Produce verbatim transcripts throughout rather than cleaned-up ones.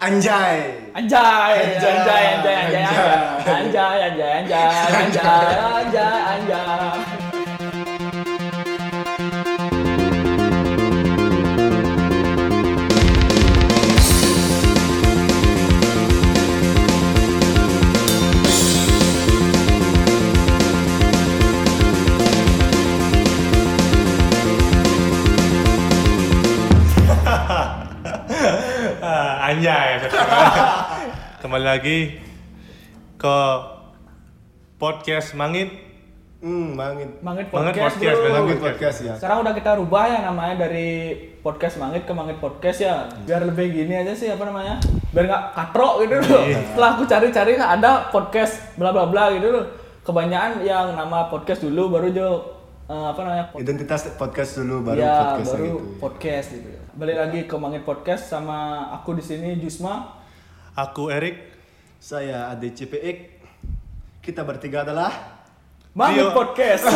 Anjay. Anjay, anjay, anjay, anjay, anjay, anjay, anjay, anjay, anjay, anjay, anjay. Anjay. Kembali lagi ke podcast Mangit. Hmm, Mangit. Mangit Mangit podcast, podcast, bro. Mangit podcast ya. Sekarang udah kita rubah ya namanya dari podcast Mangit ke Mangit podcast ya. Biar lebih gini aja sih apa namanya? Biar nggak katrok gitu loh. Setelah aku cari-cari nggak ada podcast bla bla bla gitu loh. Kebanyakan yang nama podcast dulu baru jo uh, apa namanya? Identitas podcast dulu baru ya, podcast baru gitu. podcast gitu. Balik lagi ke Mangit podcast sama aku di sini Jusma. Aku Erik. Saya A D C P X. Kita bertiga adalah Mangit Trio. podcast.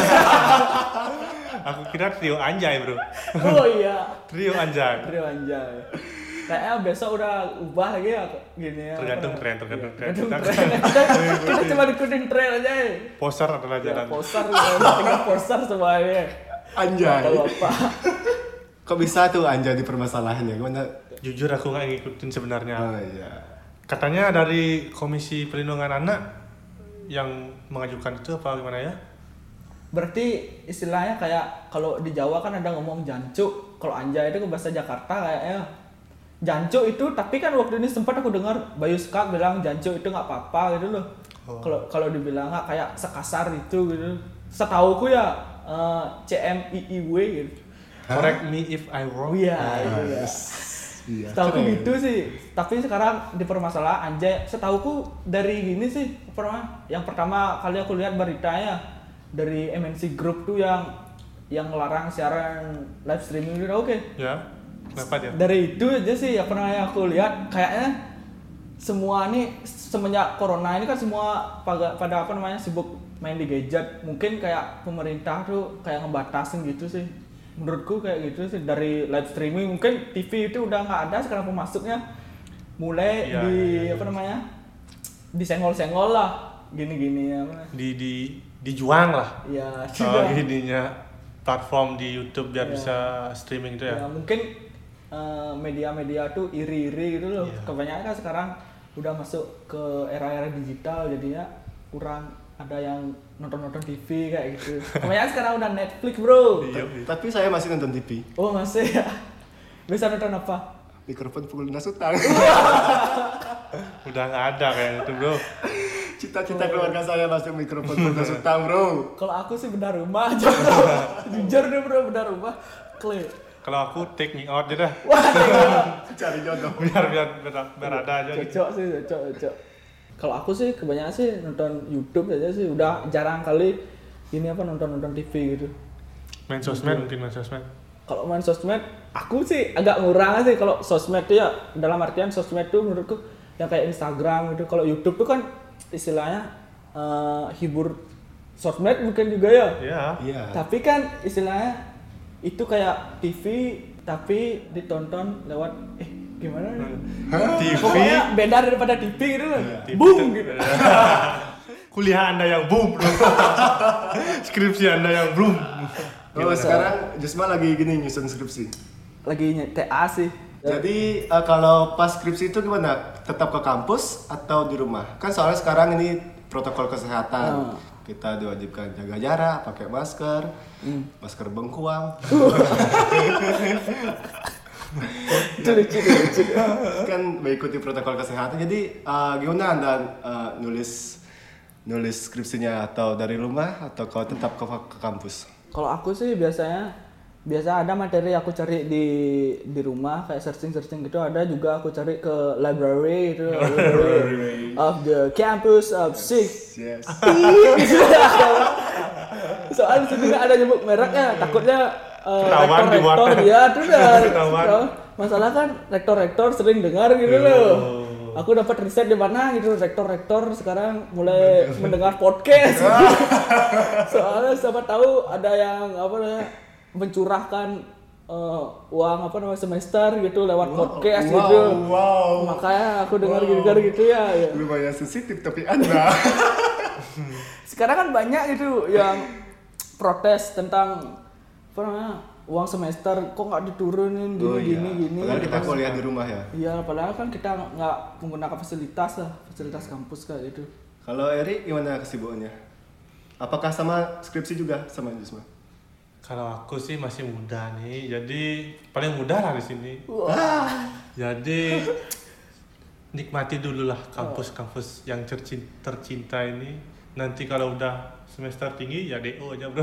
Aku kira trio Anjay, bro. Oh iya. Trio Anjay. Trio Anjay. Kayaknya besok udah ubah lagi ya gini ya. Tergantung apa? tren, tergantung tren. Tergantung Kita- tren. Kita, kita cuma ikutin tren aja ya. Poster adalah Ya, jalan. poster, tinggal poster semuanya. Anjay. Tahu apa? Kok bisa tuh Anjay di permasalahannya? Gimana? Jujur aku nggak ngikutin sebenarnya. Oh iya. Katanya dari Komisi Perlindungan Anak yang mengajukan itu apa gimana ya? Berarti istilahnya kayak kalau di Jawa kan ada ngomong jancuk. Kalau Anjay itu ke bahasa Jakarta kayaknya jancuk itu, tapi kan waktu ini sempat aku dengar Bayu Skak bilang jancuk itu nggak apa-apa gitu loh. Oh. Kalau kalau dibilang nggak kayak sekasar itu gitu. Setauku ya eh, C M I I W gitu. Correct me if I Oh wrong. iya, itu ya. Iya. Setauku keren. gitu sih. Tapi sekarang dipermasalah Anjay. Setauku dari gini sih, apa namanya? Yang pertama kali aku lihat beritanya dari M N C Group tuh yang yang ngelarang siaran live streaming gitu. Oke. Ya. Kenapa dia? Dari itu aja sih ya pernah yang aku lihat kayaknya semua nih semenjak corona ini kan semua pada, pada apa namanya sibuk main di gadget. Mungkin kayak pemerintah tuh kayak ngebatasin gitu sih. Menurutku kayak gitu sih dari live streaming. Mungkin T V itu udah nggak ada sekarang pemasuknya mulai Iya, di iya, iya. apa namanya disenggol-senggol lah gini-gini ya. Di di dijuang lah. Ya Oh, sudah. ininya platform di YouTube biar Iya. bisa streaming itu Ya, ya. mungkin eh, media-media tuh iri-iri gitu loh. Iya. Kebanyakan kan sekarang udah masuk ke era-era digital jadinya kurang ada yang nonton-nonton T V kayak gitu. Kebanyakan sekarang udah Netflix, bro. Iya. Tapi saya masih nonton T V. Oh, masih ya. Bisa nonton apa? Mikrofon pukul lunas utang. Udah nggak ada kayak itu, bro. Cita-cita keluarga saya masuk mikrofon pukul lunas utang, bro. Kalau aku sih benar rumah aja, bro. Jujur deh, bro, benar rumah. Klik. Kalau aku take me out aja dah. Wah, tengok. Cari jodoh. Biar biar biar, biar ada aja. gitu. Cocok sih, cocok, cocok. Kalau aku sih kebanyakan sih nonton YouTube aja sih. Udah jarang kali ini apa nonton-nonton T V gitu. Main sosmed mungkin main sosmed. Kalau main sosmed, aku sih agak ngurang sih kalau sosmed tuh ya dalam artian sosmed tuh menurutku yang kayak Instagram gitu. Kalau YouTube tuh kan istilahnya eh, hibur sosmed bukan juga ya. Iya. Iya. Tapi kan istilahnya itu kayak T V tapi ditonton lewat eh gimana nih? T V. Pokoknya beda daripada T V gitu loh. T V Boom itu- gitu. Kuliah Anda yang boom, bro. Skripsi Anda yang boom. Oh, sekarang Jusma lagi gini nyusun skripsi. Lagi ny- T A sih. Jadi eh, kalau pas skripsi itu gimana? Tetap ke kampus atau di rumah? Kan soalnya sekarang ini protokol kesehatan. Hmm. Kita diwajibkan jaga jarak, pakai masker, masker bengkuang. Itu lucu, itu lucu. Kan mengikuti protokol kesehatan. Jadi eh, gimana Anda eh, nulis nulis skripsinya atau dari rumah atau kau tetap ke, ke kampus? Kalau aku sih biasanya biasa ada materi aku cari di di rumah kayak searching-searching gitu, ada juga aku cari ke library itu library of the campus of six. Yes. Soalnya di sini nggak ada nyebut mereknya, takutnya eh, Ketahuan di rektor-rektor water. ya itu dah. Ketahuan. Masalah kan rektor-rektor sering dengar gitu loh. Aku dapat riset di mana gitu, rektor-rektor sekarang mulai mendengar podcast. Soalnya siapa tahu ada yang apa namanya mencurahkan uh, uang apa namanya semester gitu lewat Wow, podcast wow, gitu. wow. Makanya aku dengar Wow. gitu gitu ya, ya. Lumayan sensitif tapi Anda. Sekarang kan banyak gitu yang protes tentang apa namanya uang semester kok nggak diturunin gini Oh, iya. gini gini. Padahal kita kuliah di rumah ya. Iya, padahal kan kita nggak menggunakan fasilitas lah, fasilitas kampus kayak gitu. Kalau Eri gimana kesibukannya? Apakah sama skripsi juga sama Jusma? Kalau aku sih masih muda nih, jadi paling muda lah di sini. Wah. Jadi nikmati dulu lah kampus-kampus yang tercinta, tercinta ini. Nanti kalau udah semester tinggi ya D O aja bro.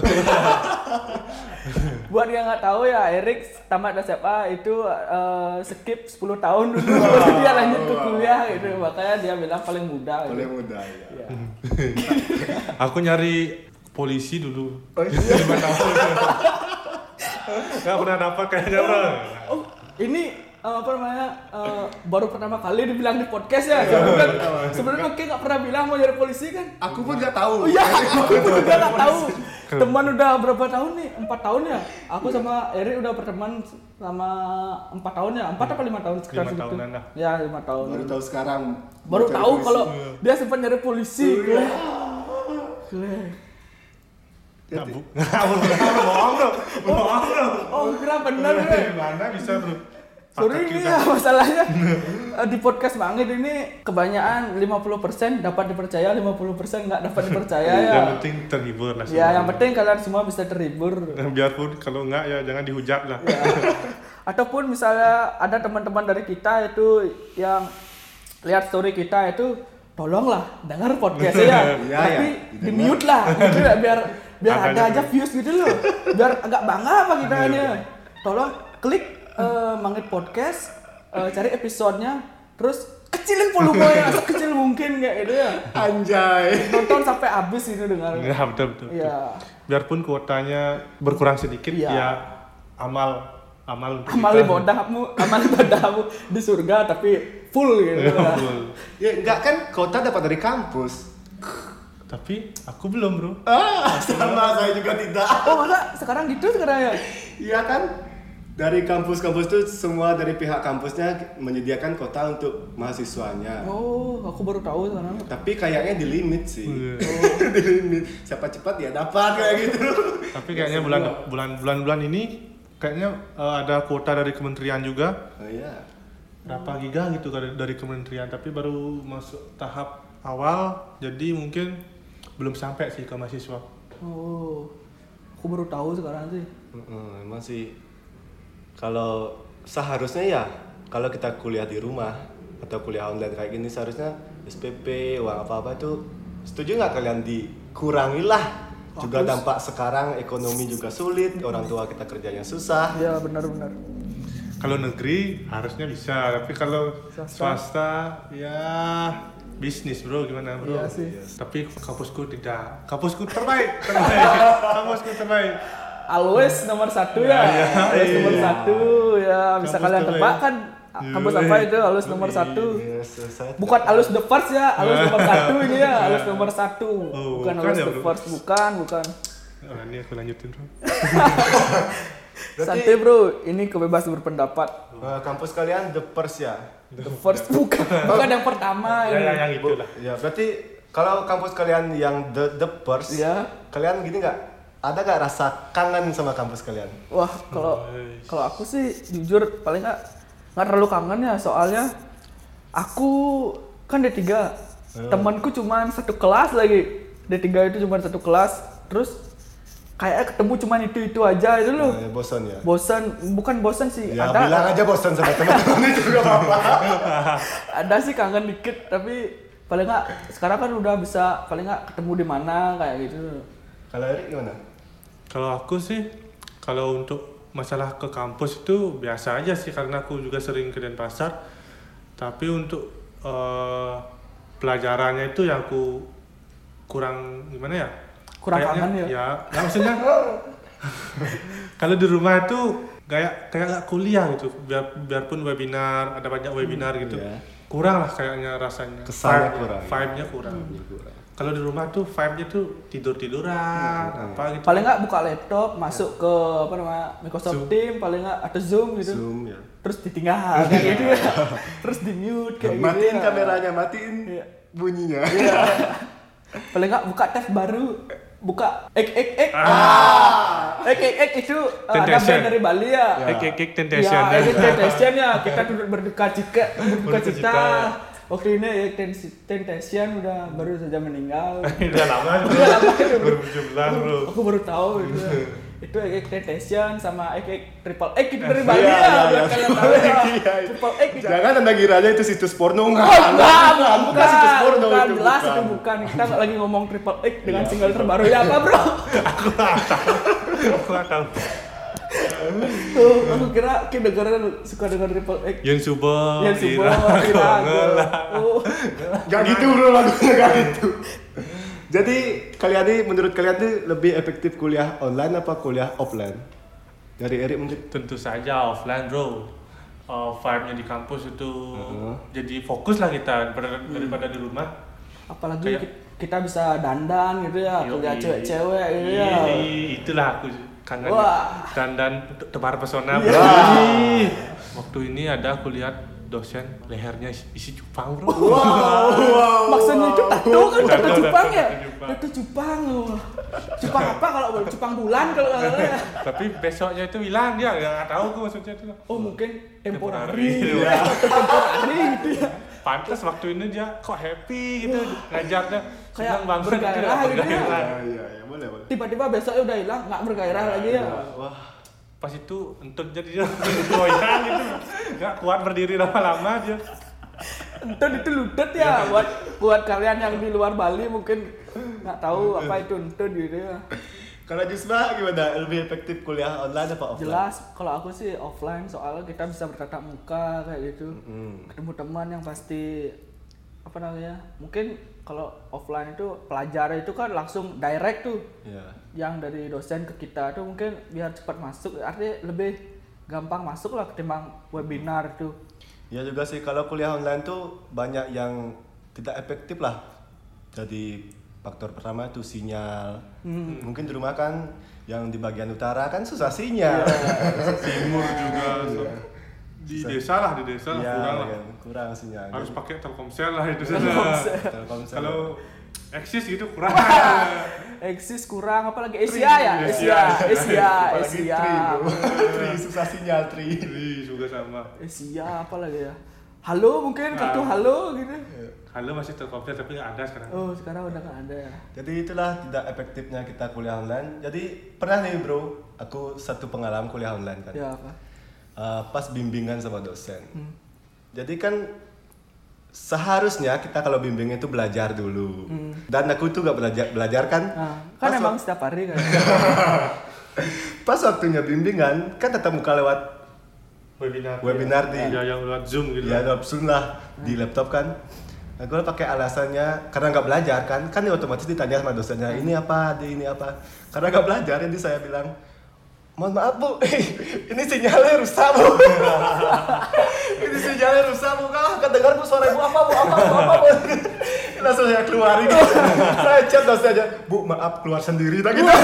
Buat yang nggak tahu ya, Erik tamat S M A itu uh, skip sepuluh tahun dulu baru dia lanjut ke kuliah gitu. Makanya dia bilang paling muda. Gitu. Paling muda ya. Iya. Aku nyari polisi dulu. Oh, iya. lima tahun. Gak pernah dapat kayaknya bro. Oh, ini uh, apa namanya uh, baru pertama kali dibilang di podcast ya. Sebelumnya sebelumnya kayak nggak pernah bilang mau jadi polisi kan? Aku pun nggak tahu. Oh iya, aku juga nggak tahu. Teman udah berapa tahun nih? Empat tahun ya. Aku sama Eri udah berteman sama empat tahun ya. Empat atau lima tahun sekitar Lima segitu. tahunan lah. Ya lima tahun. Baru tahu sekarang. Baru Mau cari tahu polisi. kalau dia sempat nyari polisi. Gile. Gile. Nggak bu, bohong bro, bohong bro. Oh kira bener gue. Mana bisa bro? Sorry Pakai ini kita. ya masalahnya eh, di podcast Bangit ini kebanyakan lima puluh persen dapat dipercaya, lima puluh persen nggak dapat dipercaya ya. Yang penting terhibur lah. Ya yang penting kalian semua bisa terhibur. Dan biarpun kalau enggak ya jangan dihujat lah. Ya. Ataupun misalnya ada teman-teman dari kita itu yang lihat story kita itu tolonglah dengar podcastnya ya. Iya, Tapi ya. di mute lah gitu ya biar biar Agaknya ada aja views gitu loh. Biar agak bangga apa kita ini. Tolong klik eh, Mangit Podcast, eh, cari episodenya, terus kecilin volumenya sekecil mungkin kayak gitu ya. Anjay. Nonton sampai habis itu dengar. Ya betul betul. Iya. Biarpun kuotanya berkurang sedikit Iya. ya amal amal untuk Amal kita. ibadahmu, amal ibadahmu di surga tapi full gitu. Ya, ya. betul. Ya enggak kan kota dapat dari kampus. Tapi aku belum bro. Ah, sama saya juga tidak. Oh masa sekarang gitu sekarang ya? Iya kan? Dari kampus-kampus itu semua dari pihak kampusnya menyediakan kota untuk mahasiswanya. Oh, aku baru tahu sekarang. Tapi kayaknya di limit sih. Iya. di limit. Siapa cepat ya dapat kayak gitu. Tapi kayaknya bulan bulan bulan bulan ini kayaknya eh, ada kuota dari kementerian juga. Oh iya. Berapa giga gitu dari, dari kementerian, tapi baru masuk tahap awal, jadi mungkin belum sampai sih ke mahasiswa. Oh, aku baru tahu sekarang sih. Heeh, emang sih kalau seharusnya ya kalau kita kuliah di rumah atau kuliah online kayak gini seharusnya S P P uang apa-apa itu setuju nggak kalian dikurangi lah. Juga Bagus. dampak sekarang ekonomi juga sulit, orang tua kita kerjanya susah. Ya benar-benar. Kalau negeri harusnya bisa, tapi kalau Swasta. swasta ya bisnis bro, gimana bro? Iya sih. Tapi kampusku tidak, kampusku terbaik, terbaik, kampusku terbaik. Always nomor satu ya. Iya, Always iya. nomor satu ya. Bisa Kampus kalian terbaik. tebak kan? Iya. Kampus apa itu? Always nomor Iya. satu. Yes, saya Bukan alus the first ya, alus nomor satu ini ya, alus Iya. nomor satu. Oh, Bukan bukan alus ya, the bro? first, bukan, bukan. Oh, ini aku lanjutin bro. Berarti- Santai bro, ini kebebasan berpendapat. Eh, kampus kalian the first ya. The first bukan, bukan yang pertama Ya, ini. ya, yang itu lah. Ya, berarti kalau kampus kalian yang the the first, Iya. kalian gini nggak? Ada nggak rasa kangen sama kampus kalian? Wah, kalau Nice. kalau aku sih jujur paling nggak nggak terlalu kangen ya, soalnya aku kan D tiga. Temanku cuma satu kelas lagi. D tiga itu cuma satu kelas. Terus kayak ketemu cuma itu-itu aja itu loh. Eh, bosan ya? Bosan, bukan bosan sih. Ya ada bilang aja bosan sama teman-teman itu juga apa-apa. ada sih kangen dikit, tapi paling nggak sekarang kan udah bisa paling nggak ketemu di mana kayak gitu. Kalau Erik gimana? Kalau aku sih, kalau untuk masalah ke kampus itu biasa aja sih, karena aku juga sering ke Denpasar. Tapi untuk eh, pelajarannya itu yang aku kurang gimana ya? Kurang Kayaknya- kangen ya? Ya, nggak, maksudnya kalau di rumah itu kayak kayak nggak kuliah gitu. Biar biarpun webinar, ada banyak webinar gitu. iya. Kurang lah kayaknya rasanya. Kesannya Vibe- kurang. Vibe-nya kurang. kalau di rumah tuh vibe-nya tuh tidur-tiduran, Hmm. apa gitu. Paling nggak buka laptop, masuk ke apa namanya Microsoft Zoom. Teams, paling nggak ada Zoom gitu. Zoom ya. Terus ditinggal kayak gitu ya. Terus di mute kayak gitu. Matiin ya. kameranya, matiin Iya. bunyinya. Iya. Paling nggak buka tab baru, buka ek ek ek. Ah. Ek ek ek itu uh, ada Temptation. brand dari Bali ya. Ek ek ek temptation. Ya, ini Temptation ya. Kita turut berduka cita, berduka Berduka cita. cita. Waktu ini ya Temptation udah baru saja meninggal. Udah lama. Udah lama kan, dua ribu tujuh belas bro. Aku baru tahu itu. Itu Egg Temptation sama Egg Egg Triple X itu dari Bali Iya, ya. iya, Biar iya. kalian tahu ya. Iya, iya. Triple X itu. Jangan anda kiranya itu situs porno enggak. Oh, enggak, enggak, bukan, situs porno bukan, itu. jelas bukan. itu bukan. Kita lagi ngomong Triple X dengan Iya, single terbaru ya apa bro? Aku nggak tahu. Tuh, aku kira kita dengerin suka dengan Triple X. Yun Subo, Yang Subo, Ira, Ira, Gongola. oh. Gak gitu bro, lagunya gak gitu. Jadi kalian ini menurut kalian tuh lebih efektif kuliah online apa kuliah offline? Dari Erik mungkin. Tentu saja offline bro. Uh, vibe-nya di kampus itu Uh-huh. jadi fokus lah kita daripada, daripada di rumah. Apalagi Kayak- ki- kita bisa dandan gitu ya, Yoi. kuliah cewek-cewek gitu ya. Ih, itulah aku kangen. Wah. Dan dan tebar pesona. Iya. bro. Ih, Waktu ini ada aku lihat dosen lehernya isi, isi cupang bro. Maksudnya itu tato kan Tato, tato Jepang tato, ya? tato Jepang. Tato Jepang. wah. Jepang apa kalau boleh? Jepang bulan kalau nggak salah ya. Tapi besoknya itu hilang dia, nggak tahu aku maksudnya itu. Oh mungkin temporary. Temporary. Ya. Temporary gitu ya. Pantas waktu ini dia kok happy gitu ngajarnya. Kayak Senang banget bergairah gitu ya. bergairah. Iya iya iya boleh boleh. Tiba-tiba besoknya udah hilang, nggak bergairah lagi ya. Wah. Pas itu entut jadi dia goyang gitu, nggak kuat berdiri lama-lama dia. Entut itu ludet ya buat buat kalian yang di luar Bali mungkin nggak tahu apa itu entut gitu ya. Kalau Jusma gimana? Lebih efektif kuliah online apa offline? Jelas kalau aku sih offline soalnya kita bisa bertatap muka kayak gitu. Hmm. Ketemu teman yang pasti apa namanya? Mungkin kalau offline itu pelajar itu kan langsung direct tuh. Iya. Yang dari dosen ke kita tuh mungkin biar cepat masuk, artinya lebih gampang masuk lah ketimbang webinar tuh. Ya juga sih kalau kuliah online tuh banyak yang tidak efektif lah. Jadi faktor pertama itu sinyal. Hmm. Mungkin di rumah kan yang di bagian utara kan susah sinyal. Timur juga di desa lah, di desa lah Iya, kurang lah. iya, kurang sinyal. Harus pakai Telkomsel lah itu sana. Telkomsel. Telkomsel. Kalau eksis gitu kurang. Eksis kurang apalagi Asia ya? Asia, Asia, Apalagi Asia. Tri, bro. Tri susah sinyal Tri. Ih, juga sama. Asia apa lagi ya? Halo mungkin kartu halo gitu. Halo masih Telkomsel tapi nggak ada sekarang. Oh sekarang udah nggak ada ya. Jadi itulah tidak efektifnya kita kuliah online. Jadi pernah nih bro, aku satu pengalaman kuliah online kan. Ya apa? Uh, pas bimbingan sama dosen. Jadi kan seharusnya kita kalau bimbing itu belajar dulu. Dan aku tuh gak belajar belajar kan. Nah, kan Pas emang wak- setiap hari kan. Pas waktunya bimbingan kan tetap muka lewat Webinar. webinar di Ya yang lewat Zoom gitu. ya langsung lah di laptop kan. Nah, gue pakai alasannya karena nggak belajar kan, kan otomatis ditanya sama dosennya ini apa, di ini apa. Karena nggak belajar, jadi saya bilang, mohon maaf bu, ini sinyalnya rusak bu. Ini sinyalnya rusak bu, kau akan dengar bu suara ibu apa bu, apa bu, apa bu. Langsung saya keluar gitu. Saya chat dosennya, bu maaf keluar sendiri, tak gitu.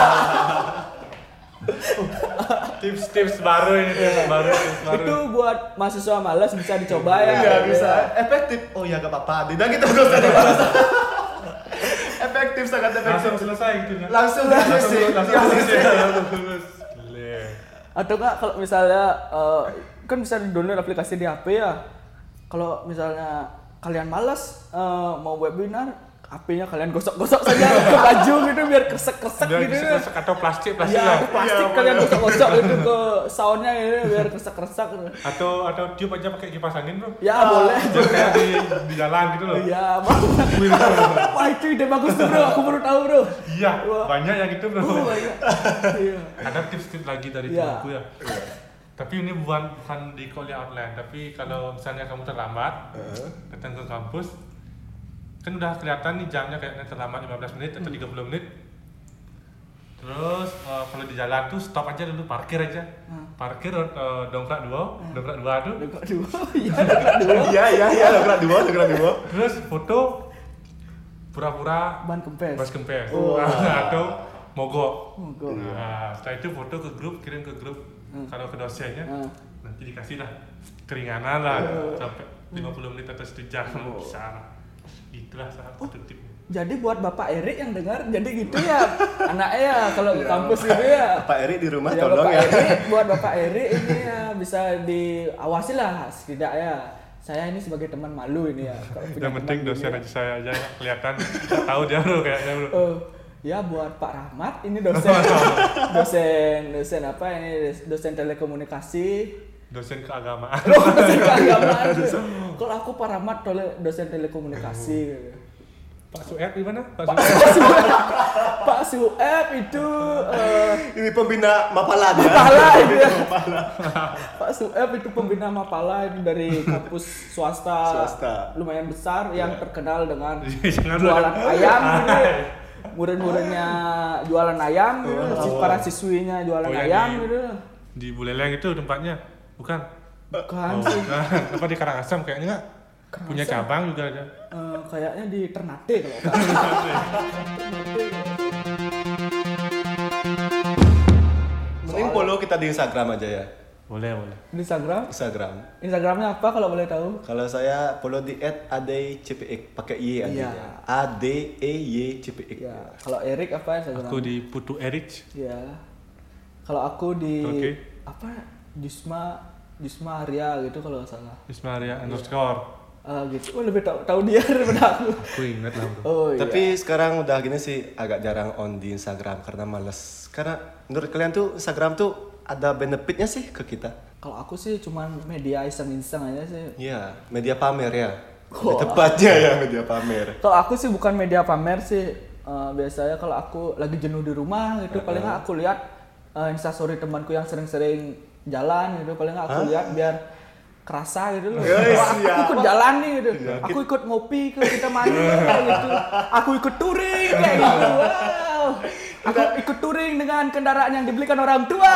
Tips-tips baru ini, tips baru, tips baru. Itu buat mahasiswa malas bisa dicoba ya. Iya bisa, efektif. Oh iya gak apa-apa, tidak gitu dosennya. Efektif, sangat efektif. Langsung selesai gitu ya. Langsung Langsung sih. lulus, langsung lulus ya, langsung lulus. Gile. Atau enggak kalau misalnya eh, kan bisa di-download aplikasi di H P ya. Kalau misalnya kalian malas eh, mau webinar, H P-nya kalian gosok-gosok saja ke baju gitu biar kresek-kresek Udah gitu. kesek atau plastik plastik Ya, lah. ke plastik Iya, kalian bener. gosok-gosok gitu ke soundnya gitu biar kresek-kresek gitu. Atau atau tiup aja pakai kipas angin bro. Ya boleh. Biar kayak di di jalan gitu loh. Iya, banget. Wah itu ide bagus tuh bro, aku baru tahu bro. Iya, Wah. banyak yang gitu bro. Oh, banyak. Iya. Ada tips-tips lagi dari Iya. temanku ya. Tapi ini bukan bukan di kuliah online, tapi kalau misalnya kamu terlambat datang ke kampus, kan udah kelihatan nih jamnya kayaknya terlambat lima belas menit atau tiga puluh menit. Terus eh, kalau di jalan tuh stop aja dulu, parkir aja. Parkir eh, dongkrak dua, dongkrak dua tuh. Dongkrak dua. Iya, dongkrak dua. Iya iya iya, gerak dua, gerak dua. Terus foto pura-pura Ban kempes. bas kempes Oh. atau mogok. Mogok. Nah, setelah itu foto ke grup, kirim ke grup. Hmm. Kalau ke dosennya, Hmm. nanti dikasih lah keringanan lah sampai lima puluh menit atau satu jam Oh. bisa lah. Itulah salah satu tipnya. Jadi buat Bapak Erik yang dengar, jadi gitu ya anaknya ya kalau ke kampus gitu ya. Pak Eri di rumah Ya, tolong Bapak ya. Erik, buat Bapak Erik ini ya bisa diawasi lah setidaknya. Saya ini sebagai teman malu ini ya. Kalau punya Yang penting teman dosen gini aja saya aja ya. Kelihatan tahu dia bro kayaknya bro. ya. Oh, ya buat Pak Rahmat ini dosen dosen dosen apa ini dosen telekomunikasi. Dosen keagamaan. Loh, dosen keagamaan. Kalau aku Pak Rahmat tole- dosen telekomunikasi. gitu. Pak Sueb gimana? Pak Pak Sueb. Pak Sueb itu eh, Ini pembina Mapala dia. Mapala itu ya. Pak Sueb itu pembina Mapala itu dari kampus swasta, Swasta. lumayan besar yang terkenal dengan Jangan jualan lah. ayam gitu. Murid-muridnya jualan ayam gitu. Oh. Para siswinya jualan Oh, yang ayam di- gitu. Di Buleleng itu tempatnya, bukan? Bukan Oh, sih. bukan. Apa di Karangasem kayaknya nggak? Karangasem. Punya cabang juga ada. Eh, kayaknya di Ternate kalau nggak salah. Mending follow kita di Instagram aja ya. Boleh, boleh. Di Instagram. Instagram. Instagramnya apa kalau boleh tahu? Kalau saya follow di et adeycpx pakai y Iya. artinya. A D E Y C P X. Ya, kalau Erik apa Instagram? Aku di Putu Erich. Ya. Kalau aku di Oke. apa? Jusma Jusma Arya gitu kalau nggak salah. Ismaria underscore. Ah gitu. Oh, lebih tahu tahu dia daripada aku. Aku ingat lah bro. Oh iya. Tapi sekarang udah gini sih agak jarang on di Instagram karena males. Karena menurut kalian tuh Instagram tuh ada benefitnya sih ke kita. kalau aku sih cuman media iseng-iseng aja sih. Iya, media pamer ya. Wah. Lebih tepatnya ya media pamer. Kalau aku sih bukan media pamer sih. Eh, biasanya kalau aku lagi jenuh di rumah gitu, paling nggak aku lihat uh, instastory temanku yang sering-sering jalan gitu, paling nggak aku Hah? lihat biar kerasa gitu loh. Yes, Wah, aku iya. ikut jalan nih gitu. Iya, Aku ikut ngopi ke kita mandi kayak gitu. Aku ikut touring kayak gitu. Wow. Aku ikut touring dengan kendaraan yang dibelikan orang tua.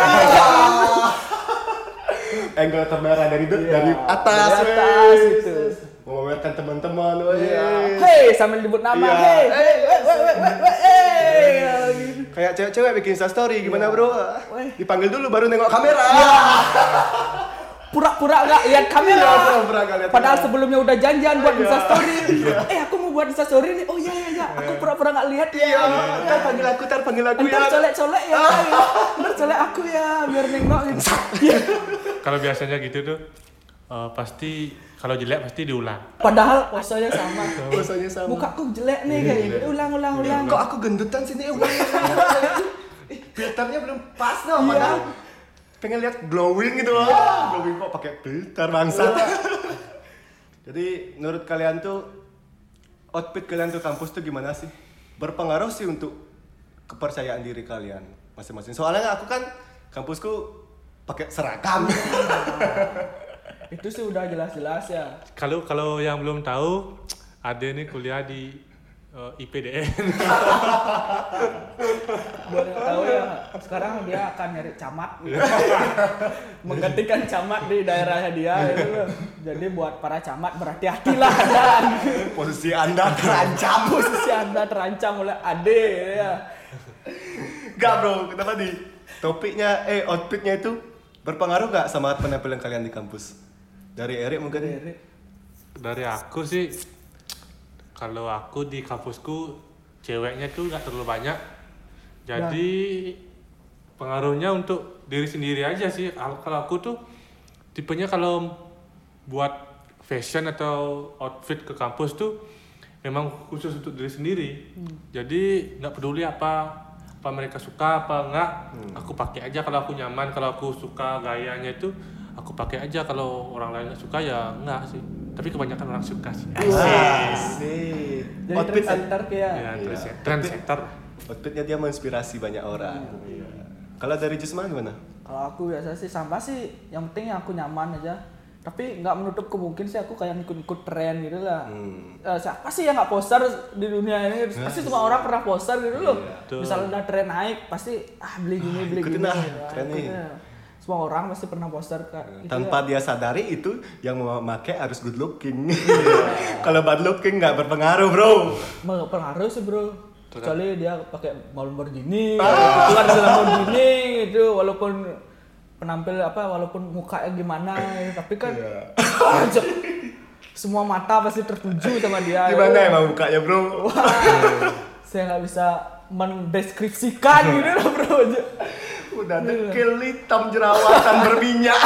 Angle kamera dari Iya, dari atas, dari atas wes. gitu. Memamerkan teman-teman, wes. Iya. Hey, sambil disebut nama. Iya. Hey, hey, hey, hey, hey, hey, hey, hey, gitu. Kayak cewek-cewek bikin Instastory gimana, Bro? Weh. Dipanggil dulu baru nengok kamera. Pura-pura nggak lihat kamera. Iya, pura-pura nggak lihat Padahal kamera. sebelumnya udah janjian buat Iya. instastory. Eh, aku mau buat instastory nih. Oh iya iya iya. Aku pura-pura nggak lihat ya. Iya, ntar panggil aku, ntar panggil aku ya. Ntar colek-colek ya. Ntar colek aku ya biar nengok gitu. Iya. Kalau biasanya gitu tuh eh, pasti kalau jelek pasti diulang. Padahal posenya sama. Posenya sama. Mukaku jelek nih kayak gitu. Ulang ulang ulang. Kok aku gendutan sini? Eh, filternya belum pas no, Iya. padahal pengen lihat glowing gitu loh. Glowing kok pakai filter bangsat. Jadi menurut kalian tuh outfit kalian tuh kampus tuh gimana sih? Berpengaruh sih untuk kepercayaan diri kalian masing-masing. Soalnya aku kan kampusku pakai seragam. Itu sih udah jelas-jelas ya. Kalau kalau yang belum tahu, Ade nih kuliah di eh, I P D N. Buat yang tahu ya, sekarang dia akan nyari camat gitu. Menggantikan camat di daerahnya dia gitu loh. Jadi buat para camat berhati-hatilah Anda. Posisi Anda terancam. Posisi Anda terancam oleh Ade ya. Gak bro, kenapa di topiknya, eh outfitnya itu berpengaruh gak sama penampilan kalian di kampus? Dari Erik mungkin? Dari Dari aku sih, kalau aku di kampusku ceweknya tuh nggak terlalu banyak, jadi pengaruhnya untuk diri sendiri aja sih. Al- Kalau aku tuh tipenya kalau buat fashion atau outfit ke kampus tuh memang khusus untuk diri sendiri. Jadi nggak peduli apa apa mereka suka apa enggak, aku pakai aja kalau aku nyaman. Kalau aku suka gayanya itu aku pakai aja, kalau orang lain nggak suka ya enggak sih. Tapi kebanyakan orang suka sih. Asik. Jadi Outfit trendsetter kayak. Ya, Iya. terus ya, trendsetter. outfitnya dia menginspirasi banyak orang. Iya. Kalau dari Jusma gimana? Kalau aku biasa sih sama sih, yang penting aku nyaman aja. Tapi nggak menutup kemungkinan sih aku kayak ikut-ikut tren gitu lah. Hmm. Eh, siapa sih yang nggak poster di dunia ini? Pasti semua orang pernah poster gitu loh. Betul. Misalnya udah tren naik, pasti ah beli gini beli ikutin gini. ah, Ya, tren nih. ikutin. Semua orang pasti pernah poster kak. Gitu Tanpa ya. dia sadari itu yang memakai harus good looking. Kalau bad looking nggak berpengaruh bro. Berpengaruh sih bro. Kecuali dia pakai Lamborghini, keluar dari Lamborghini gitu, walaupun penampil apa, walaupun mukanya gimana, tapi kan yeah. semua mata pasti tertuju sama dia. Gimana ya. Emang mukanya bro? Wah, saya nggak bisa mendeskripsikan gitu loh bro. Udah dekil hitam jerawatan berminyak.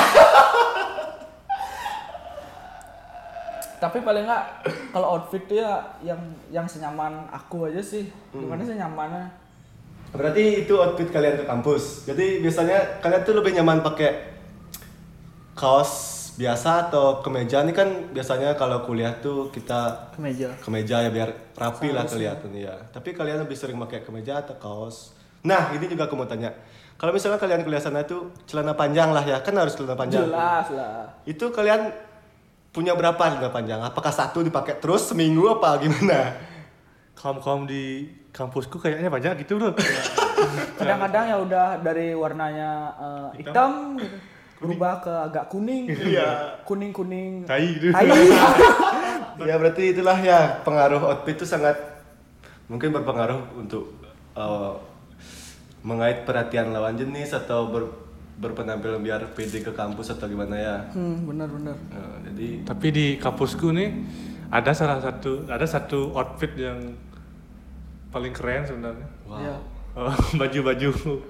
Tapi paling nggak kalau outfit dia yang yang senyaman aku aja sih. Gimana sih nyamannya? Berarti itu outfit kalian ke kampus. Jadi biasanya kalian tuh lebih nyaman pakai kaos biasa atau kemeja? Ini kan biasanya kalau kuliah tuh kita Kemeja. Kemeja ya biar rapi lah Seharusnya. kelihatan ya. Tapi kalian lebih sering pakai kemeja atau kaos? Nah, ini juga aku mau tanya. Kalau misalnya kalian kuliah sana tuh celana panjang lah ya, kan harus celana panjang. Jelas lah. Itu kalian punya berapa celana panjang? Apakah satu dipakai terus seminggu apa gimana? Kaum-kaum di kampusku kayaknya banyak gitu bro. Kadang-kadang ya udah dari warnanya uh, hitam, gitu, berubah ke agak kuning, Iya. kuning-kuning. Tai gitu. Tai. Ya berarti itulah ya pengaruh outfit itu sangat mungkin berpengaruh untuk uh, mengait perhatian lawan jenis atau ber, berpenampilan biar pede ke kampus atau gimana ya. Hmm, benar-benar. Nah, jadi Tapi di kampusku nih ada salah satu ada satu outfit yang paling keren sebenarnya. wow. Ya. Oh, baju-baju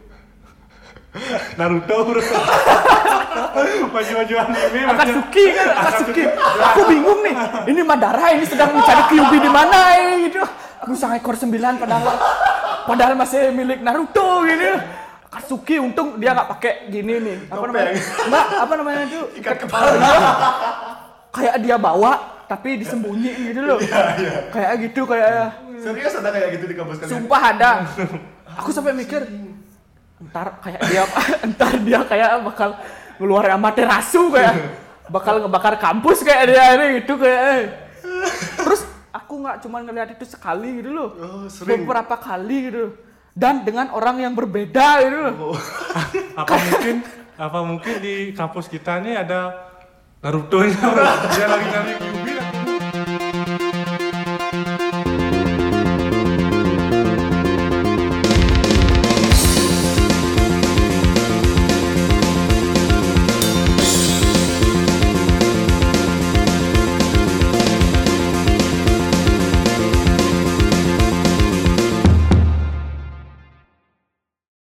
Naruto bro. Baju-baju anime. Akatsuki kan, Akatsuki. Aku bingung nih. Ini Madara ini sedang mencari Kyuubi di mana ini gitu. Musang ekor sembilan padahal padahal masih milik Naruto gitu. Akatsuki untung dia nggak pakai gini nih. Apa namanya? Enggak, apa namanya itu? Ikat kepala. Kayak dia bawa tapi disembunyi gitu loh. Kayak gitu kayak serius ada kayak gitu di kampus kalian? sumpah ada. Aku sampai mikir entar kayak dia entar dia kayak bakal ngeluarin Amaterasu kayak bakal ngebakar kampus kayak dia ini gitu kayak eh. Terus aku nggak cuma ngeliat itu sekali gitu loh, Oh, sering. beberapa kali gitu dan dengan orang yang berbeda gitu loh. Oh. apa mungkin apa mungkin di kampus kita nih ada Naruto nya dia lagi nyari